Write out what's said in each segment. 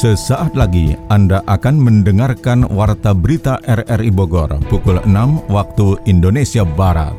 Sesaat lagi Anda akan mendengarkan Warta Berita RRI Bogor pukul 6 waktu Indonesia Barat.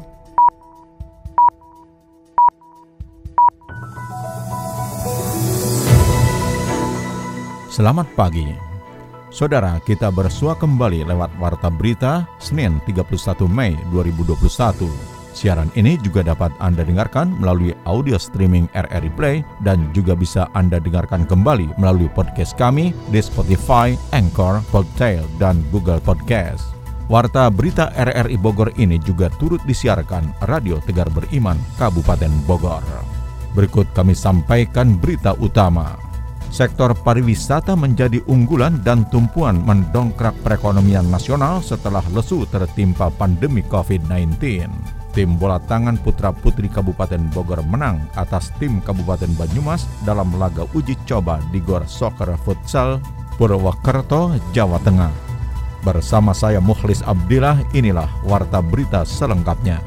Selamat pagi. Saudara, kita bersua kembali lewat Warta Berita Senin 31 Mei 2021. Siaran ini juga dapat Anda dengarkan melalui audio streaming RRI Play dan juga bisa Anda dengarkan kembali melalui podcast kami di Spotify, Anchor, Podtail, dan Google Podcast. Warta Berita RRI Bogor ini juga turut disiarkan Radio Tegar Beriman, Kabupaten Bogor. Berikut kami sampaikan berita utama. Sektor pariwisata menjadi unggulan dan tumpuan mendongkrak perekonomian nasional setelah lesu tertimpa pandemi COVID-19. Tim bola tangan putra-putri Kabupaten Bogor menang atas tim Kabupaten Banyumas dalam laga uji coba di Gor Soccer Futsal Purwokerto, Jawa Tengah. Bersama saya Mukhlis Abdillah, inilah Warta Berita selengkapnya.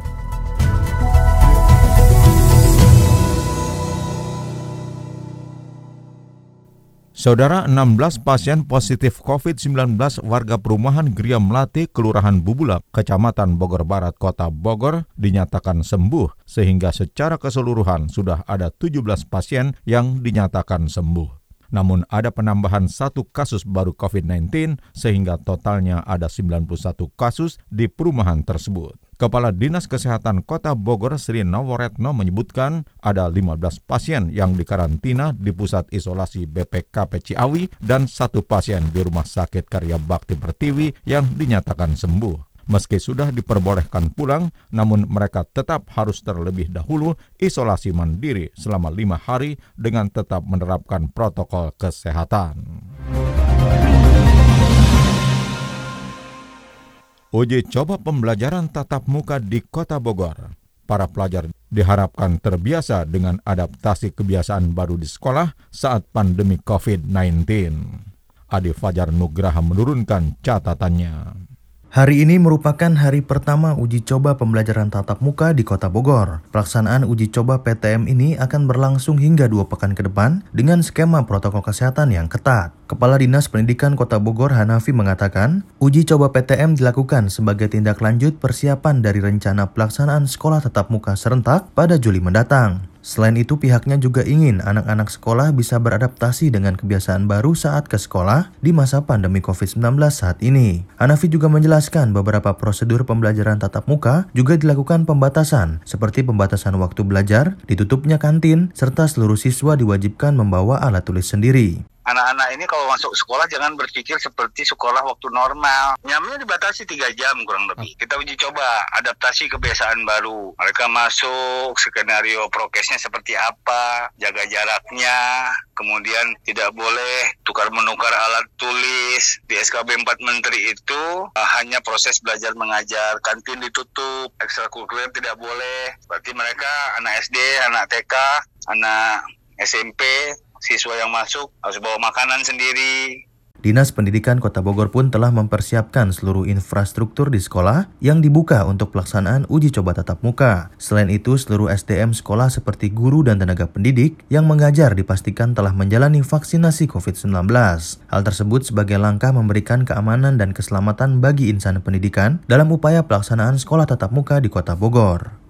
Saudara, 16 pasien positif COVID-19 warga perumahan Gria Melati, Kelurahan Bubulak, Kecamatan Bogor Barat, Kota Bogor, dinyatakan sembuh, sehingga secara keseluruhan sudah ada 17 pasien yang dinyatakan sembuh. Namun ada penambahan 1 kasus baru COVID-19, sehingga totalnya ada 91 kasus di perumahan tersebut. Kepala Dinas Kesehatan Kota Bogor Sri Noworetno menyebutkan ada 15 pasien yang dikarantina di Pusat Isolasi BPKP Ciawi dan 1 pasien di Rumah Sakit Karya Bakti Pertiwi yang dinyatakan sembuh. Meski sudah diperbolehkan pulang, namun mereka tetap harus terlebih dahulu isolasi mandiri selama 5 hari dengan tetap menerapkan protokol kesehatan. Uji coba pembelajaran tatap muka di Kota Bogor. Para pelajar diharapkan terbiasa dengan adaptasi kebiasaan baru di sekolah saat pandemi COVID-19. Adi Fajar Nugraha menurunkan catatannya. Hari ini merupakan hari pertama uji coba pembelajaran tatap muka di Kota Bogor. Pelaksanaan uji coba PTM ini akan berlangsung hingga 2 pekan ke depan dengan skema protokol kesehatan yang ketat. Kepala Dinas Pendidikan Kota Bogor Hanafi mengatakan, uji coba PTM dilakukan sebagai tindak lanjut persiapan dari rencana pelaksanaan sekolah tatap muka serentak pada Juli mendatang. Selain itu, pihaknya juga ingin anak-anak sekolah bisa beradaptasi dengan kebiasaan baru saat ke sekolah di masa pandemi COVID-19 saat ini. Hanafi juga menjelaskan beberapa prosedur pembelajaran tatap muka juga dilakukan pembatasan, seperti pembatasan waktu belajar, ditutupnya kantin, serta seluruh siswa diwajibkan membawa alat tulis sendiri. Anak-anak ini kalau masuk sekolah jangan berpikir seperti sekolah waktu normal. Jamnya dibatasi 3 jam kurang lebih. Kita uji coba adaptasi kebiasaan baru. Mereka masuk, skenario prokesnya seperti apa, jaga jaraknya, kemudian tidak boleh tukar-menukar alat tulis. Di SKB 4 Menteri itu hanya proses belajar mengajar, kantin ditutup, ekstrakurikuler tidak boleh. Berarti mereka anak SD, anak TK, anak SMP, siswa yang masuk harus bawa makanan sendiri. Dinas Pendidikan Kota Bogor pun telah mempersiapkan seluruh infrastruktur di sekolah yang dibuka untuk pelaksanaan uji coba tatap muka. Selain itu, seluruh SDM sekolah seperti guru dan tenaga pendidik yang mengajar dipastikan telah menjalani vaksinasi COVID-19. Hal tersebut sebagai langkah memberikan keamanan dan keselamatan bagi insan pendidikan dalam upaya pelaksanaan sekolah tatap muka di Kota Bogor.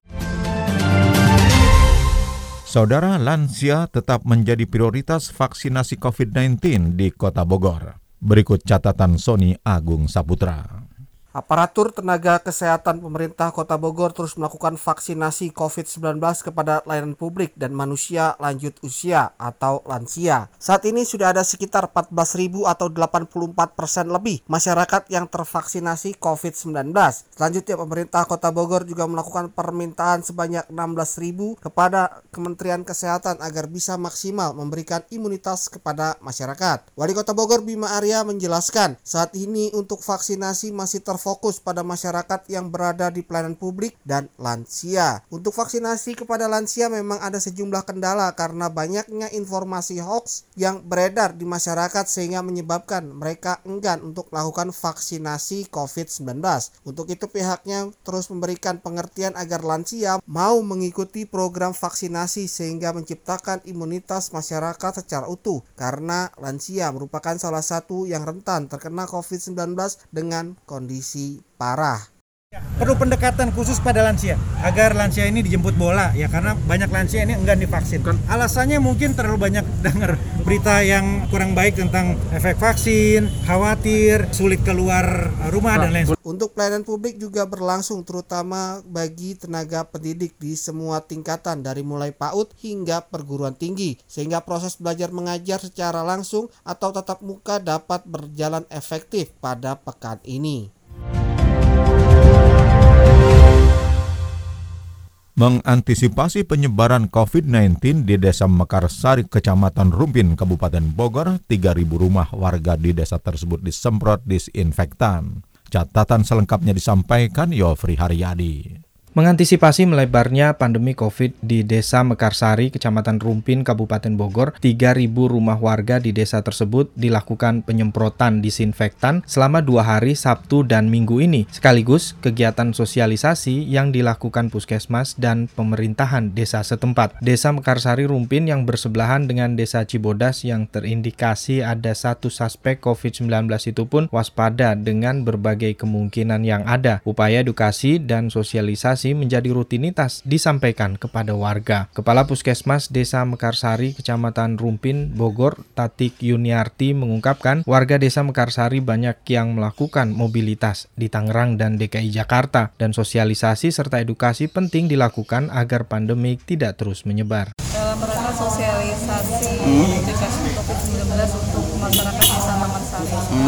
Saudara, lansia tetap menjadi prioritas vaksinasi COVID-19 di Kota Bogor. Berikut catatan Sony Agung Saputra. Aparatur tenaga kesehatan pemerintah Kota Bogor terus melakukan vaksinasi COVID-19 kepada layanan publik dan manusia lanjut usia atau lansia. Saat ini sudah ada sekitar 14.000 atau 84% lebih masyarakat yang tervaksinasi COVID-19. Selanjutnya pemerintah Kota Bogor juga melakukan permintaan sebanyak 16.000 kepada Kementerian Kesehatan agar bisa maksimal memberikan imunitas kepada masyarakat. Wali Kota Bogor Bima Arya menjelaskan saat ini untuk vaksinasi masih terfokus fokus pada masyarakat yang berada di pelayanan publik dan lansia. Untuk vaksinasi kepada lansia memang ada sejumlah kendala karena banyaknya informasi hoax yang beredar di masyarakat sehingga menyebabkan mereka enggan untuk melakukan vaksinasi COVID-19. Untuk itu pihaknya terus memberikan pengertian agar lansia mau mengikuti program vaksinasi sehingga menciptakan imunitas masyarakat secara utuh karena lansia merupakan salah satu yang rentan terkena COVID-19 dengan kondisi parah. Perlu pendekatan khusus pada lansia agar lansia ini dijemput bola ya, karena banyak lansia ini enggan divaksin. Alasannya mungkin terlalu banyak dengar berita yang kurang baik tentang efek vaksin, khawatir, sulit keluar rumah dan lain sebagainya. Untuk pelayanan publik juga berlangsung terutama bagi tenaga pendidik di semua tingkatan dari mulai PAUD hingga perguruan tinggi sehingga proses belajar mengajar secara langsung atau tatap muka dapat berjalan efektif pada pekan ini. Mengantisipasi penyebaran COVID-19 di Desa Mekarsari, Kecamatan Rumpin, Kabupaten Bogor, 3.000 rumah warga di desa tersebut disemprot disinfektan. Catatan selengkapnya disampaikan Yofri Haryadi. Mengantisipasi melebarnya pandemi COVID di Desa Mekarsari, Kecamatan Rumpin, Kabupaten Bogor, 3.000 rumah warga di desa tersebut dilakukan penyemprotan disinfektan selama 2 hari Sabtu dan Minggu ini, sekaligus kegiatan sosialisasi yang dilakukan Puskesmas dan pemerintahan desa setempat. Desa Mekarsari Rumpin yang bersebelahan dengan Desa Cibodas yang terindikasi ada 1 suspek COVID-19 itu pun waspada dengan berbagai kemungkinan yang ada. Upaya edukasi dan sosialisasi menjadi rutinitas disampaikan kepada warga. Kepala Puskesmas Desa Mekarsari, Kecamatan Rumpin, Bogor, Tatik Yuniarti mengungkapkan warga Desa Mekarsari banyak yang melakukan mobilitas di Tangerang dan DKI Jakarta dan sosialisasi serta edukasi penting dilakukan agar pandemi tidak terus menyebar. Dalam rangka sosialisasi edukasi COVID-19 untuk masyarakat Desa Mekarsari.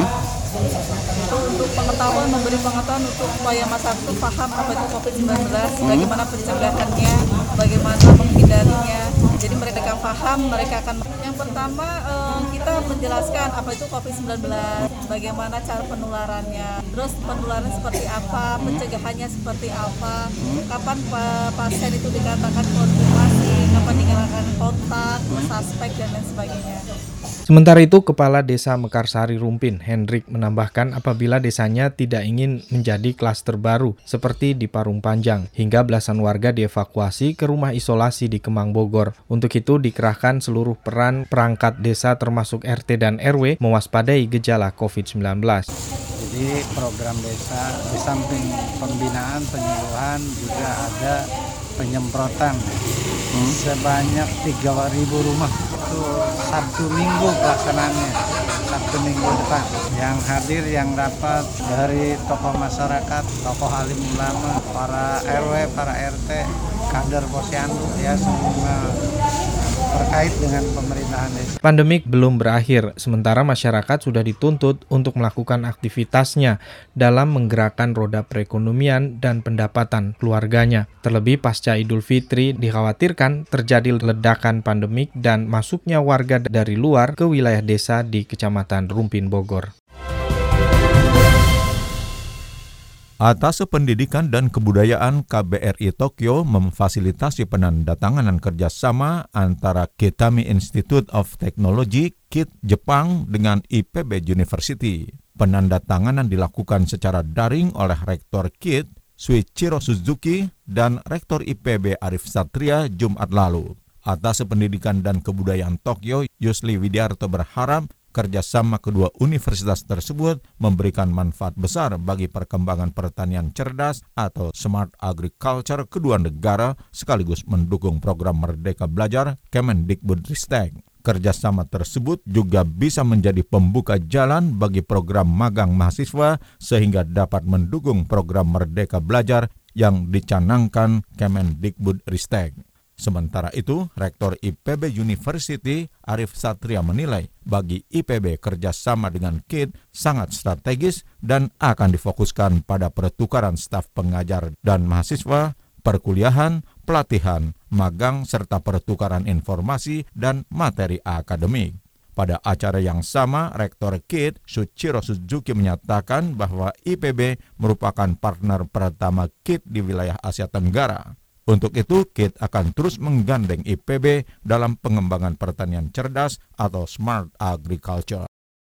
Itu untuk pengetahuan, memberi pengetahuan untuk supaya masyarakat itu paham apa itu COVID-19, bagaimana pencegahannya, bagaimana menghindarinya. Jadi mereka akan paham, mereka akan. Yang pertama kita menjelaskan apa itu COVID-19, bagaimana cara penularannya, terus penularan seperti apa, pencegahannya seperti apa, kapan pasien itu dikatakan konfirmasi, kapan dikatakan kontak, suspek dan lain sebagainya. Sementara itu, Kepala Desa Mekarsari Rumpin, Hendrik, menambahkan apabila desanya tidak ingin menjadi klaster baru seperti di Parung Panjang, hingga belasan warga dievakuasi ke rumah isolasi di Kemang, Bogor. Untuk itu dikerahkan seluruh peran perangkat desa termasuk RT dan RW mewaspadai gejala COVID-19. Jadi program desa di samping pembinaan, penyuluhan juga ada penyemprotan sebanyak 3.000 rumah. Itu Sabtu Minggu pelaksanaannya, Sabtu Minggu depan. Yang hadir, yang rapat dari tokoh masyarakat, tokoh alim ulama, para RW, para RT, kader posyandu, ya semua terkait dengan pemerintahan desa. Pandemik belum berakhir, sementara masyarakat sudah dituntut untuk melakukan aktivitasnya dalam menggerakkan roda perekonomian dan pendapatan keluarganya. Terlebih pasca Idul Fitri dikhawatirkan terjadi ledakan pandemik dan masuknya warga dari luar ke wilayah desa di Kecamatan Rumpin, Bogor. Atas Pendidikan dan Kebudayaan KBRI Tokyo memfasilitasi penandatanganan kerjasama antara Kitami Institute of Technology KIT Jepang dengan IPB University. Penandatanganan dilakukan secara daring oleh Rektor KIT Suichiro Suzuki dan Rektor IPB Arif Satria Jumat lalu. Atas Pendidikan dan Kebudayaan Tokyo, Yusli Widiarto berharap kerjasama kedua universitas tersebut memberikan manfaat besar bagi perkembangan pertanian cerdas atau smart agriculture kedua negara sekaligus mendukung program Merdeka Belajar Kemendikbudristek. Kerjasama tersebut juga bisa menjadi pembuka jalan bagi program magang mahasiswa sehingga dapat mendukung program Merdeka Belajar yang dicanangkan Kemendikbudristek. Sementara itu, Rektor IPB University Arif Satria menilai bagi IPB kerjasama dengan KIT sangat strategis dan akan difokuskan pada pertukaran staf pengajar dan mahasiswa, perkuliahan, pelatihan, magang, serta pertukaran informasi dan materi akademik. Pada acara yang sama, Rektor KIT Suchiro Suzuki menyatakan bahwa IPB merupakan partner pertama KIT di wilayah Asia Tenggara. Untuk itu, KIT akan terus menggandeng IPB dalam pengembangan pertanian cerdas atau smart agriculture.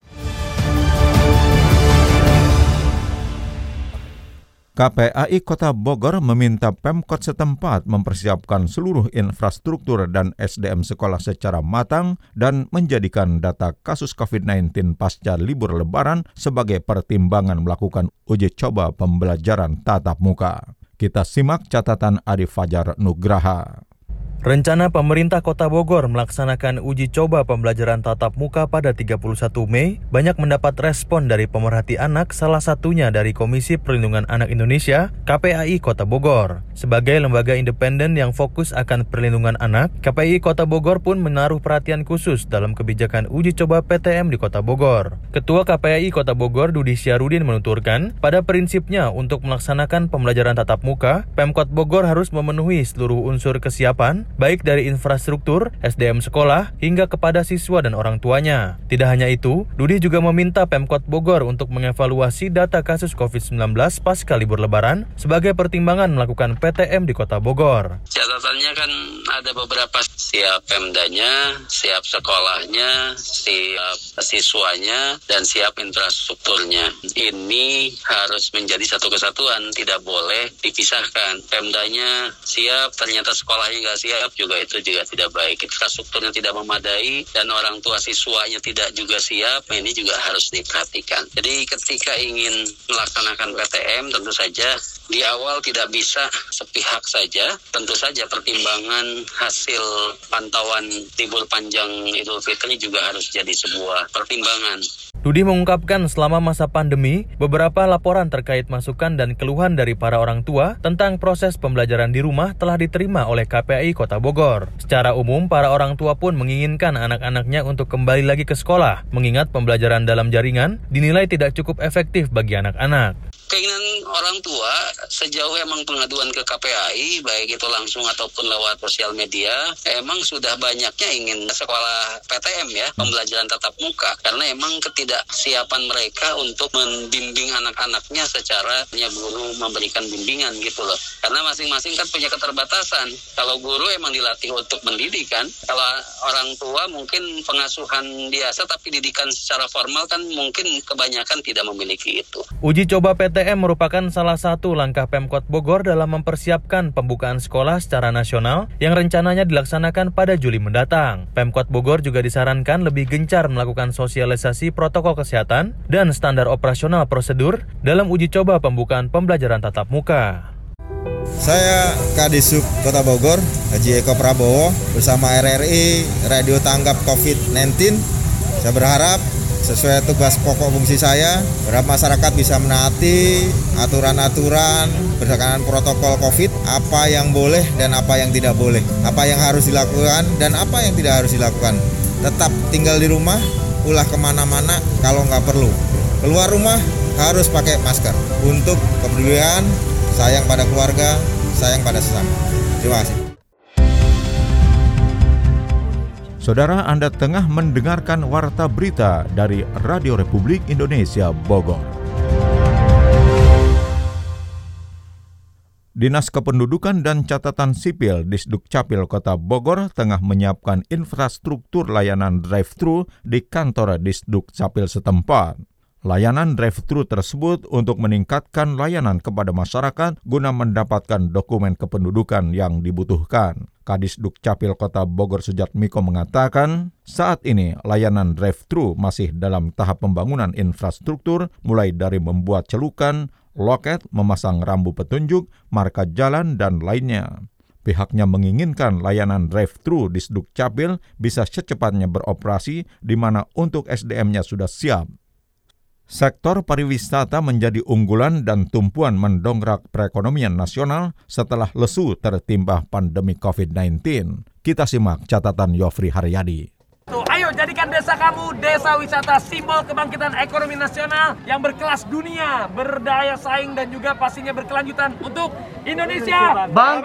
KPAI Kota Bogor meminta Pemkot setempat mempersiapkan seluruh infrastruktur dan SDM sekolah secara matang dan menjadikan data kasus COVID-19 pasca libur Lebaran sebagai pertimbangan melakukan uji coba pembelajaran tatap muka. Kita simak catatan Adi Fajar Nugraha. Rencana pemerintah Kota Bogor melaksanakan uji coba pembelajaran tatap muka pada 31 Mei banyak mendapat respon dari pemerhati anak, salah satunya dari Komisi Perlindungan Anak Indonesia, KPAI Kota Bogor. Sebagai lembaga independen yang fokus akan perlindungan anak, KPAI Kota Bogor pun menaruh perhatian khusus dalam kebijakan uji coba PTM di Kota Bogor. Ketua KPAI Kota Bogor, Dudi Syarudin, menuturkan, pada prinsipnya untuk melaksanakan pembelajaran tatap muka, Pemkot Bogor harus memenuhi seluruh unsur kesiapan, baik dari infrastruktur, SDM sekolah, hingga kepada siswa dan orang tuanya. Tidak hanya itu, Dudi juga meminta Pemkot Bogor untuk mengevaluasi data kasus COVID-19 pasca libur Lebaran sebagai pertimbangan melakukan PTM di Kota Bogor. Catatannya kan ada beberapa, siap Pemdanya, siap sekolahnya, siap siswanya, dan siap infrastrukturnya. Ini harus menjadi satu kesatuan, tidak boleh dipisahkan. Pemdanya siap, ternyata sekolahnya nggak siap, juga itu juga tidak baik. Infrastrukturnya tidak memadai dan orang tua siswanya tidak juga siap, ini juga harus diperhatikan. Jadi ketika ingin melaksanakan PTM, tentu saja di awal tidak bisa sepihak saja. Tentu saja pertimbangan hasil pantauan libur panjang Idul Fitri juga harus jadi sebuah pertimbangan. Dudi mengungkapkan selama masa pandemi, beberapa laporan terkait masukan dan keluhan dari para orang tua tentang proses pembelajaran di rumah telah diterima oleh KPAI Kota Bogor. Secara umum, para orang tua pun menginginkan anak-anaknya untuk kembali lagi ke sekolah, mengingat pembelajaran dalam jaringan dinilai tidak cukup efektif bagi anak-anak. Keinginan orang tua sejauh emang pengaduan ke KPAI, baik itu langsung ataupun lewat sosial media, emang sudah banyaknya ingin sekolah PTM ya, pembelajaran tatap muka. Karena emang ketidaksiapan mereka untuk membimbing anak-anaknya secara guru memberikan bimbingan gitu loh. Karena masing-masing kan punya keterbatasan. Kalau guru emang dilatih untuk mendidik kan. Kalau orang tua mungkin pengasuhan biasa, tapi didikan secara formal kan mungkin kebanyakan tidak memiliki itu. Uji coba PTM merupakan salah satu langkah Pemkot Bogor dalam mempersiapkan pembukaan sekolah secara nasional yang rencananya dilaksanakan pada Juli mendatang. Pemkot Bogor juga disarankan lebih gencar melakukan sosialisasi protokol kesehatan dan standar operasional prosedur dalam uji coba pembukaan pembelajaran tatap muka. Saya Kadisub Kota Bogor, Haji Eko Prabowo, bersama RRI Radio Tanggap COVID-19. Saya berharap sesuai tugas pokok fungsi saya, berharap masyarakat bisa menaati aturan-aturan berdasarkan protokol COVID, apa yang boleh dan apa yang tidak boleh, apa yang harus dilakukan dan apa yang tidak harus dilakukan. Tetap tinggal di rumah, ulah kemana-mana kalau nggak perlu. Keluar rumah harus pakai masker untuk kepedulian, sayang pada keluarga, sayang pada sesama. Terima kasih. Saudara, Anda tengah mendengarkan Warta Berita dari Radio Republik Indonesia Bogor. Dinas Kependudukan dan Catatan Sipil Disdukcapil Kota Bogor tengah menyiapkan infrastruktur layanan drive-thru di kantor Disdukcapil setempat. Layanan drive-thru tersebut untuk meningkatkan layanan kepada masyarakat guna mendapatkan dokumen kependudukan yang dibutuhkan. Kadis Dukcapil Kota Bogor Sujatmiko mengatakan, saat ini layanan drive-thru masih dalam tahap pembangunan infrastruktur, mulai dari membuat celukan, loket, memasang rambu petunjuk, marka jalan, dan lainnya. Pihaknya menginginkan layanan drive-thru di Dukcapil bisa secepatnya beroperasi, di mana untuk SDM-nya sudah siap. Sektor pariwisata menjadi unggulan dan tumpuan mendongkrak perekonomian nasional setelah lesu tertimpa pandemi COVID-19. Kita simak catatan Yofri Haryadi. Ayo Jadikan desa kamu desa wisata, simbol kebangkitan ekonomi nasional yang berkelas dunia, berdaya saing dan juga pastinya berkelanjutan untuk Indonesia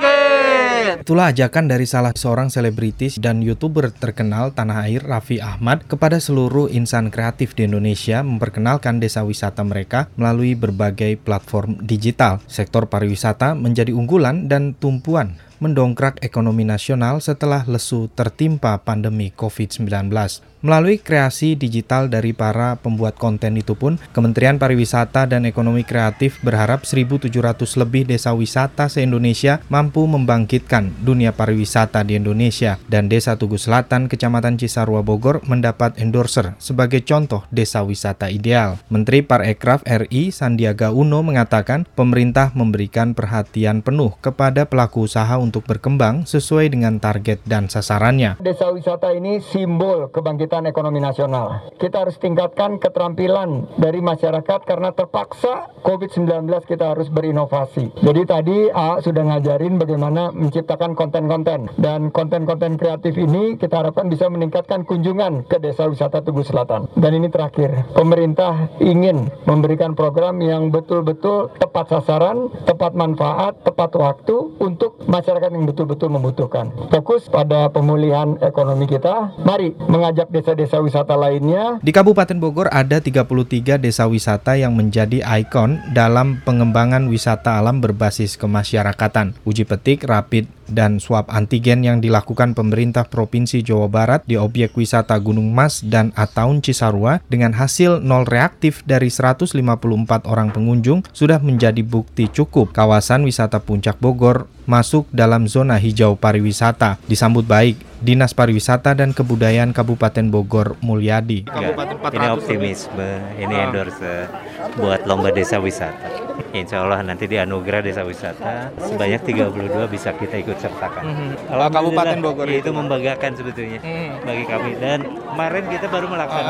bangkit. Itulah ajakan dari salah seorang selebritis dan YouTuber terkenal tanah air, Raffi Ahmad, kepada seluruh insan kreatif di Indonesia memperkenalkan desa wisata mereka melalui berbagai platform digital. Sektor pariwisata menjadi unggulan dan tumpuan mendongkrak ekonomi nasional setelah lesu tertimpa pandemi COVID-19. Melalui kreasi digital dari para pembuat konten itu pun, Kementerian Pariwisata dan Ekonomi Kreatif berharap 1.700 lebih desa wisata se-Indonesia mampu membangkitkan dunia pariwisata di Indonesia. Dan Desa Tugu Selatan, Kecamatan Cisarua, Bogor mendapat endorser sebagai contoh desa wisata ideal. Menteri Parekraf RI Sandiaga Uno mengatakan pemerintah memberikan perhatian penuh kepada pelaku usaha untuk berkembang sesuai dengan target dan sasarannya. Desa wisata ini simbol kebangkitan ekonomi nasional. Kita harus tingkatkan keterampilan dari masyarakat karena terpaksa COVID-19 kita harus berinovasi. Jadi tadi sudah ngajarin bagaimana menciptakan konten-konten, dan konten-konten kreatif ini kita harapkan bisa meningkatkan kunjungan ke Desa Wisata Tugu Selatan. Dan ini terakhir, pemerintah ingin memberikan program yang betul-betul tepat sasaran, tepat manfaat, tepat waktu untuk masyarakat yang betul-betul membutuhkan. Fokus pada pemulihan ekonomi kita. Mari mengajak desa-desa wisata lainnya. Di Kabupaten Bogor ada 33 desa wisata yang menjadi ikon dalam pengembangan wisata alam berbasis kemasyarakatan. Uji petik, rapid, dan swab antigen yang dilakukan pemerintah Provinsi Jawa Barat di objek wisata Gunung Mas dan Ataun Cisarua dengan hasil 0 reaktif dari 154 orang pengunjung sudah menjadi bukti cukup kawasan wisata Puncak Bogor masuk dalam zona hijau pariwisata. Disambut baik Dinas Pariwisata dan Kebudayaan Kabupaten Bogor Mulyadi. Ini optimisme, ini endorse buat lomba desa wisata. Insya Allah nanti di anugerah desa wisata sebanyak 32 bisa kita ikut sertakan. Kalau Kabupaten Bogor itu membanggakan sebetulnya bagi kami. Dan kemarin kita baru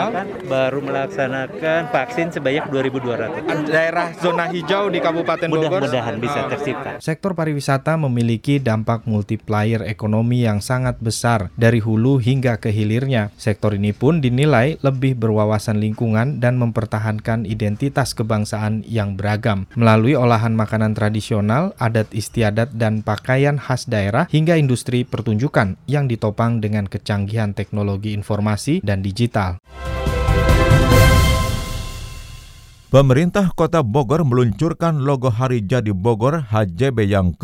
melaksanakan vaksin sebanyak 2.200. Daerah zona hijau di Kabupaten Bogor mudah-mudahan bisa tercipta. Sektor pariwisata memiliki dampak multiplier ekonomi yang sangat besar dari hulu hingga ke hilirnya. Sektor ini pun dinilai lebih berwawasan lingkungan dan mempertahankan identitas kebangsaan yang beragam. Melalui olahan makanan tradisional, adat istiadat dan pakaian khas daerah hingga industri pertunjukan yang ditopang dengan kecanggihan teknologi informasi dan digital. Pemerintah Kota Bogor meluncurkan logo Hari Jadi Bogor HJB yang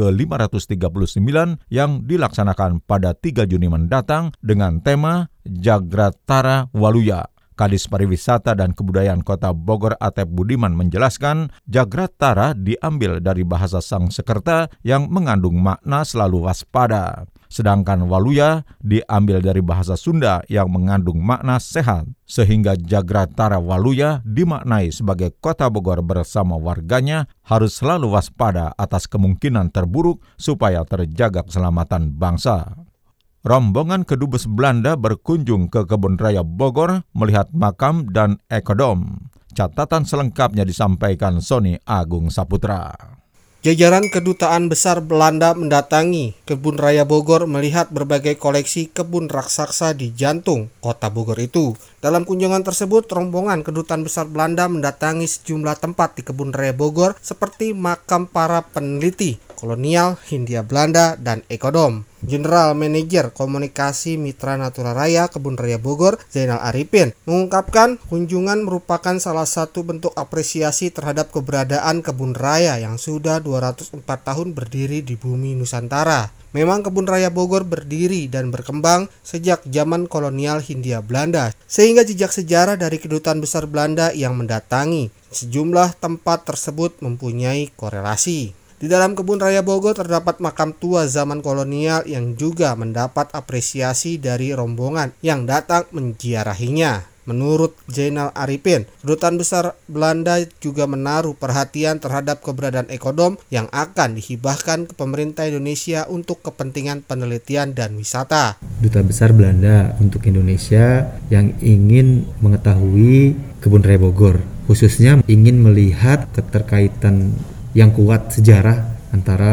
ke-539 yang dilaksanakan pada 3 Juni mendatang dengan tema Jagratara Waluya. Kadis Pariwisata dan Kebudayaan Kota Bogor Atep Budiman menjelaskan, Jagratara diambil dari bahasa Sangsekerta yang mengandung makna selalu waspada. Sedangkan Waluya diambil dari bahasa Sunda yang mengandung makna sehat, sehingga Jagratara Waluya dimaknai sebagai Kota Bogor bersama warganya harus selalu waspada atas kemungkinan terburuk supaya terjaga keselamatan bangsa. Rombongan kedubes Belanda berkunjung ke Kebun Raya Bogor melihat makam dan ekodom. Catatan selengkapnya disampaikan Sony Agung Saputra. Jajaran Kedutaan Besar Belanda mendatangi Kebun Raya Bogor melihat berbagai koleksi kebun raksasa di jantung kota Bogor itu. Dalam kunjungan tersebut, rombongan Kedutaan Besar Belanda mendatangi sejumlah tempat di Kebun Raya Bogor seperti makam para peneliti kolonial Hindia Belanda dan ekodom. General Manager Komunikasi Mitra Natura Raya Kebun Raya Bogor, Zainal Arifin, mengungkapkan kunjungan merupakan salah satu bentuk apresiasi terhadap keberadaan kebun raya yang sudah 204 tahun berdiri di bumi Nusantara. Memang Kebun Raya Bogor berdiri dan berkembang sejak zaman kolonial Hindia Belanda, sehingga jejak sejarah dari Kedutaan Besar Belanda yang mendatangi sejumlah tempat tersebut mempunyai korelasi. Di dalam Kebun Raya Bogor terdapat makam tua zaman kolonial yang juga mendapat apresiasi dari rombongan yang datang menziarahinya. Menurut Zainal Arifin, Kedutaan Besar Belanda juga menaruh perhatian terhadap keberadaan ekodom yang akan dihibahkan ke pemerintah Indonesia untuk kepentingan penelitian dan wisata. Duta Besar Belanda untuk Indonesia yang ingin mengetahui Kebun Raya Bogor, khususnya ingin melihat keterkaitan yang kuat sejarah antara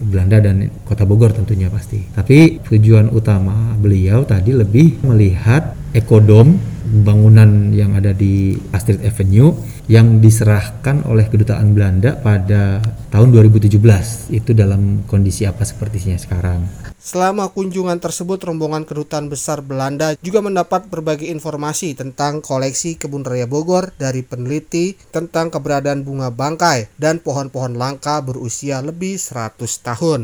Belanda dan Kota Bogor tentunya pasti. Tapi tujuan utama beliau tadi lebih melihat ekodom bangunan yang ada di Astrid Avenue yang diserahkan oleh kedutaan Belanda pada tahun 2017. Itu dalam kondisi apa sepertinya sekarang. Selama kunjungan tersebut, rombongan Kedutaan Besar Belanda juga mendapat berbagai informasi tentang koleksi Kebun Raya Bogor dari peneliti tentang keberadaan bunga bangkai dan pohon-pohon langka berusia lebih 100 tahun.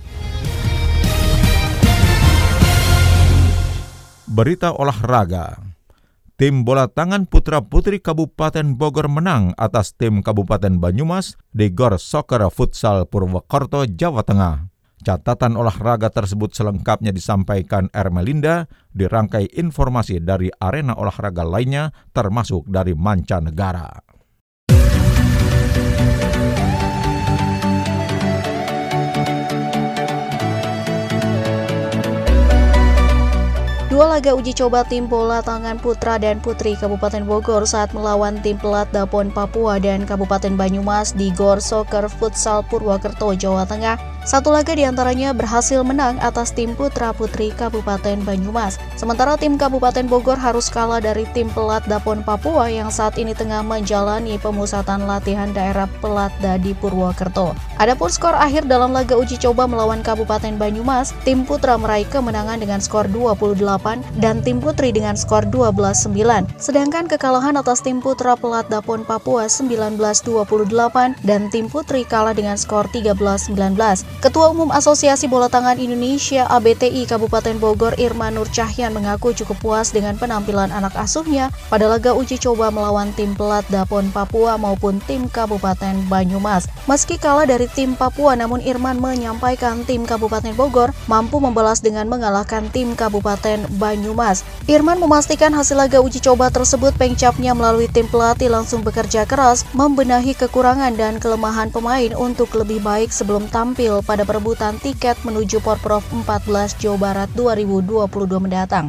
Berita olahraga. Tim bola tangan putra-putri Kabupaten Bogor menang atas tim Kabupaten Banyumas di Gor Soccer Futsal Purwokerto, Jawa Tengah. Catatan olahraga tersebut selengkapnya disampaikan Ermelinda di rangkai informasi dari arena olahraga lainnya termasuk dari mancanegara. Dua laga uji coba tim bola tangan putra dan putri Kabupaten Bogor saat melawan tim pelat Dapon Papua dan Kabupaten Banyumas di Gor Soccer Futsal Purwokerto, Jawa Tengah. Satu laga diantaranya berhasil menang atas tim putra-putri Kabupaten Banyumas. Sementara tim Kabupaten Bogor harus kalah dari tim pelat Dapon Papua yang saat ini tengah menjalani pemusatan latihan daerah Pelatda di Purwokerto. Adapun skor akhir dalam laga uji coba melawan Kabupaten Banyumas, tim putra meraih kemenangan dengan skor 28 dan tim putri dengan skor 12-9. Sedangkan kekalahan atas tim putra pelat Dapon Papua 19-28 dan tim putri kalah dengan skor 13-19. Ketua Umum Asosiasi Bola Tangan Indonesia ABTI Kabupaten Bogor Irman Nur Cahyan mengaku cukup puas dengan penampilan anak asuhnya pada laga uji coba melawan tim pelat Dapon Papua maupun tim Kabupaten Banyumas. Meski kalah dari tim Papua, namun Irman menyampaikan tim Kabupaten Bogor mampu membalas dengan mengalahkan tim Kabupaten Banyumas. Irman memastikan hasil laga uji coba tersebut pengcapnya melalui tim pelatih langsung bekerja keras membenahi kekurangan dan kelemahan pemain untuk lebih baik sebelum tampil pada perebutan tiket menuju Porprov 14 Jawa Barat 2022 mendatang.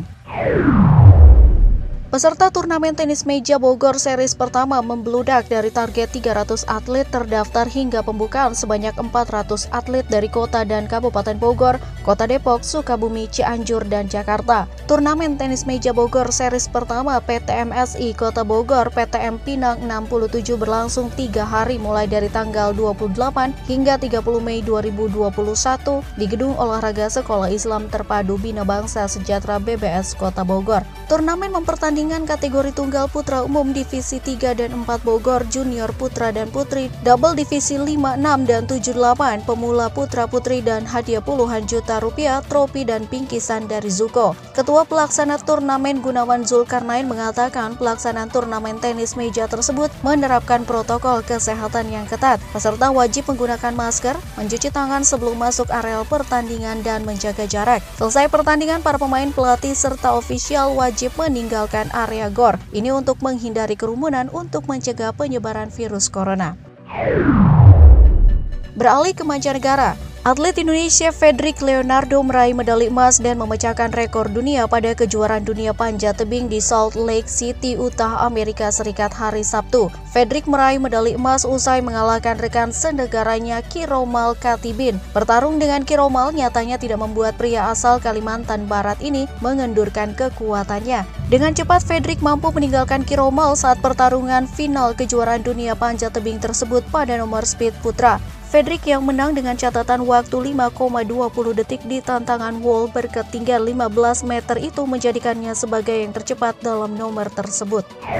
Peserta turnamen tenis meja Bogor series pertama membludak dari target 300 atlet terdaftar hingga pembukaan sebanyak 400 atlet dari kota dan Kabupaten Bogor, Kota Depok, Sukabumi, Cianjur, dan Jakarta. Turnamen tenis meja Bogor series pertama PTMSI Kota Bogor PTM Pinang 67 berlangsung 3 hari mulai dari tanggal 28 hingga 30 Mei 2021 di Gedung Olahraga Sekolah Islam Terpadu Bina Bangsa Sejahtera BBS Kota Bogor. Turnamen mempertandingkan kategori tunggal putra umum divisi 3 dan 4 Bogor, junior putra dan putri, double divisi 5, 6, dan 7, 8, pemula putra putri dan hadiah puluhan juta rupiah, trofi dan bingkisan dari Zuko. Ketua pelaksana turnamen Gunawan Zulkarnain mengatakan pelaksanaan turnamen tenis meja tersebut menerapkan protokol kesehatan yang ketat. Peserta wajib menggunakan masker, mencuci tangan sebelum masuk areal pertandingan dan menjaga jarak. Selesai pertandingan, para pemain, pelatih, serta ofisial wajib meninggalkan area GOR. Ini untuk menghindari kerumunan untuk mencegah penyebaran virus corona. Beralih ke mancanegara, atlet Indonesia Fedrik Leonardo meraih medali emas dan memecahkan rekor dunia pada kejuaraan dunia panjat tebing di Salt Lake City, Utah, Amerika Serikat hari Sabtu. Fedrik meraih medali emas usai mengalahkan rekan senegaranya Kiromal Katibin. Bertarung dengan Kiromal nyatanya tidak membuat pria asal Kalimantan Barat ini mengendurkan kekuatannya. Dengan cepat Fedrik mampu meninggalkan Kiromal saat pertarungan final kejuaraan dunia panjat tebing tersebut pada nomor speed putra. Fedrik yang menang dengan catatan waktu 5,20 detik di tantangan wall berketinggian 15 meter itu menjadikannya sebagai yang tercepat dalam nomor tersebut.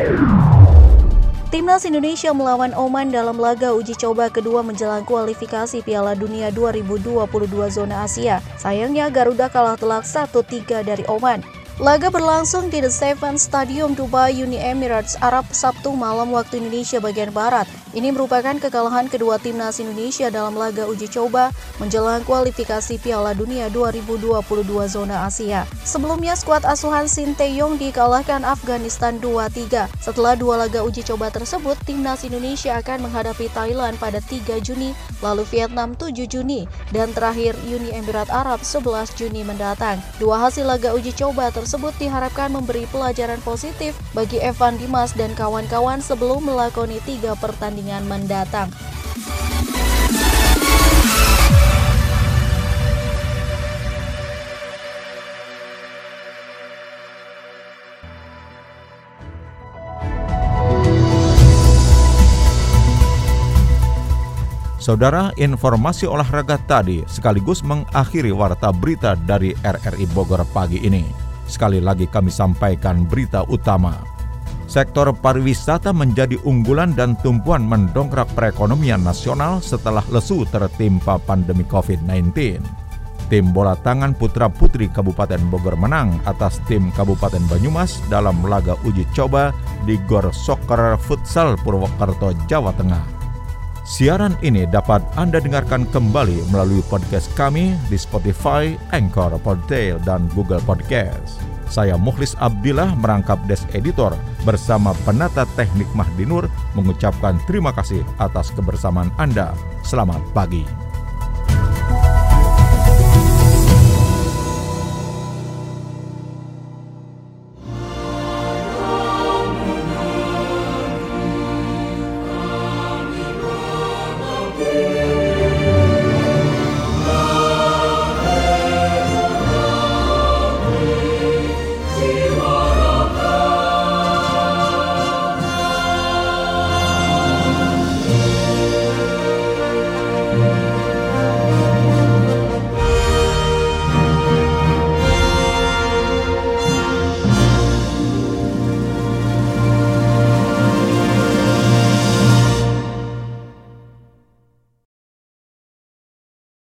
Timnas Indonesia melawan Oman dalam laga uji coba kedua menjelang kualifikasi Piala Dunia 2022 zona Asia. Sayangnya Garuda kalah telak 1-3 dari Oman. Laga berlangsung di The Seven Stadium Dubai, Uni Emirates Arab Sabtu malam waktu Indonesia bagian Barat. Ini merupakan kekalahan kedua timnas Indonesia dalam laga uji coba menjelang kualifikasi Piala Dunia 2022 zona Asia. Sebelumnya skuad asuhan Shin Tae-yong dikalahkan Afghanistan 2-3. Setelah dua laga uji coba tersebut, timnas Indonesia akan menghadapi Thailand pada 3 Juni, lalu Vietnam 7 Juni, dan terakhir Uni Emirat Arab 11 Juni mendatang. Dua hasil laga uji coba tersebut diharapkan memberi pelajaran positif bagi Evan Dimas dan kawan-kawan sebelum melakoni 3 pertandingan mendatang. Saudara, informasi olahraga tadi sekaligus mengakhiri warta berita dari RRI Bogor pagi ini. Sekali lagi kami sampaikan berita utama. Sektor pariwisata menjadi unggulan dan tumpuan mendongkrak perekonomian nasional setelah lesu tertimpa pandemi COVID-19. Tim bola tangan putra-putri Kabupaten Bogor menang atas tim Kabupaten Banyumas dalam laga uji coba di Gor Soccer Futsal Purwokerto, Jawa Tengah. Siaran ini dapat Anda dengarkan kembali melalui podcast kami di Spotify, Anchor, Podtail, dan Google Podcast. Saya Mukhlis Abdillah merangkap Desk Editor bersama penata teknik Mahdi Nur mengucapkan terima kasih atas kebersamaan Anda. Selamat pagi.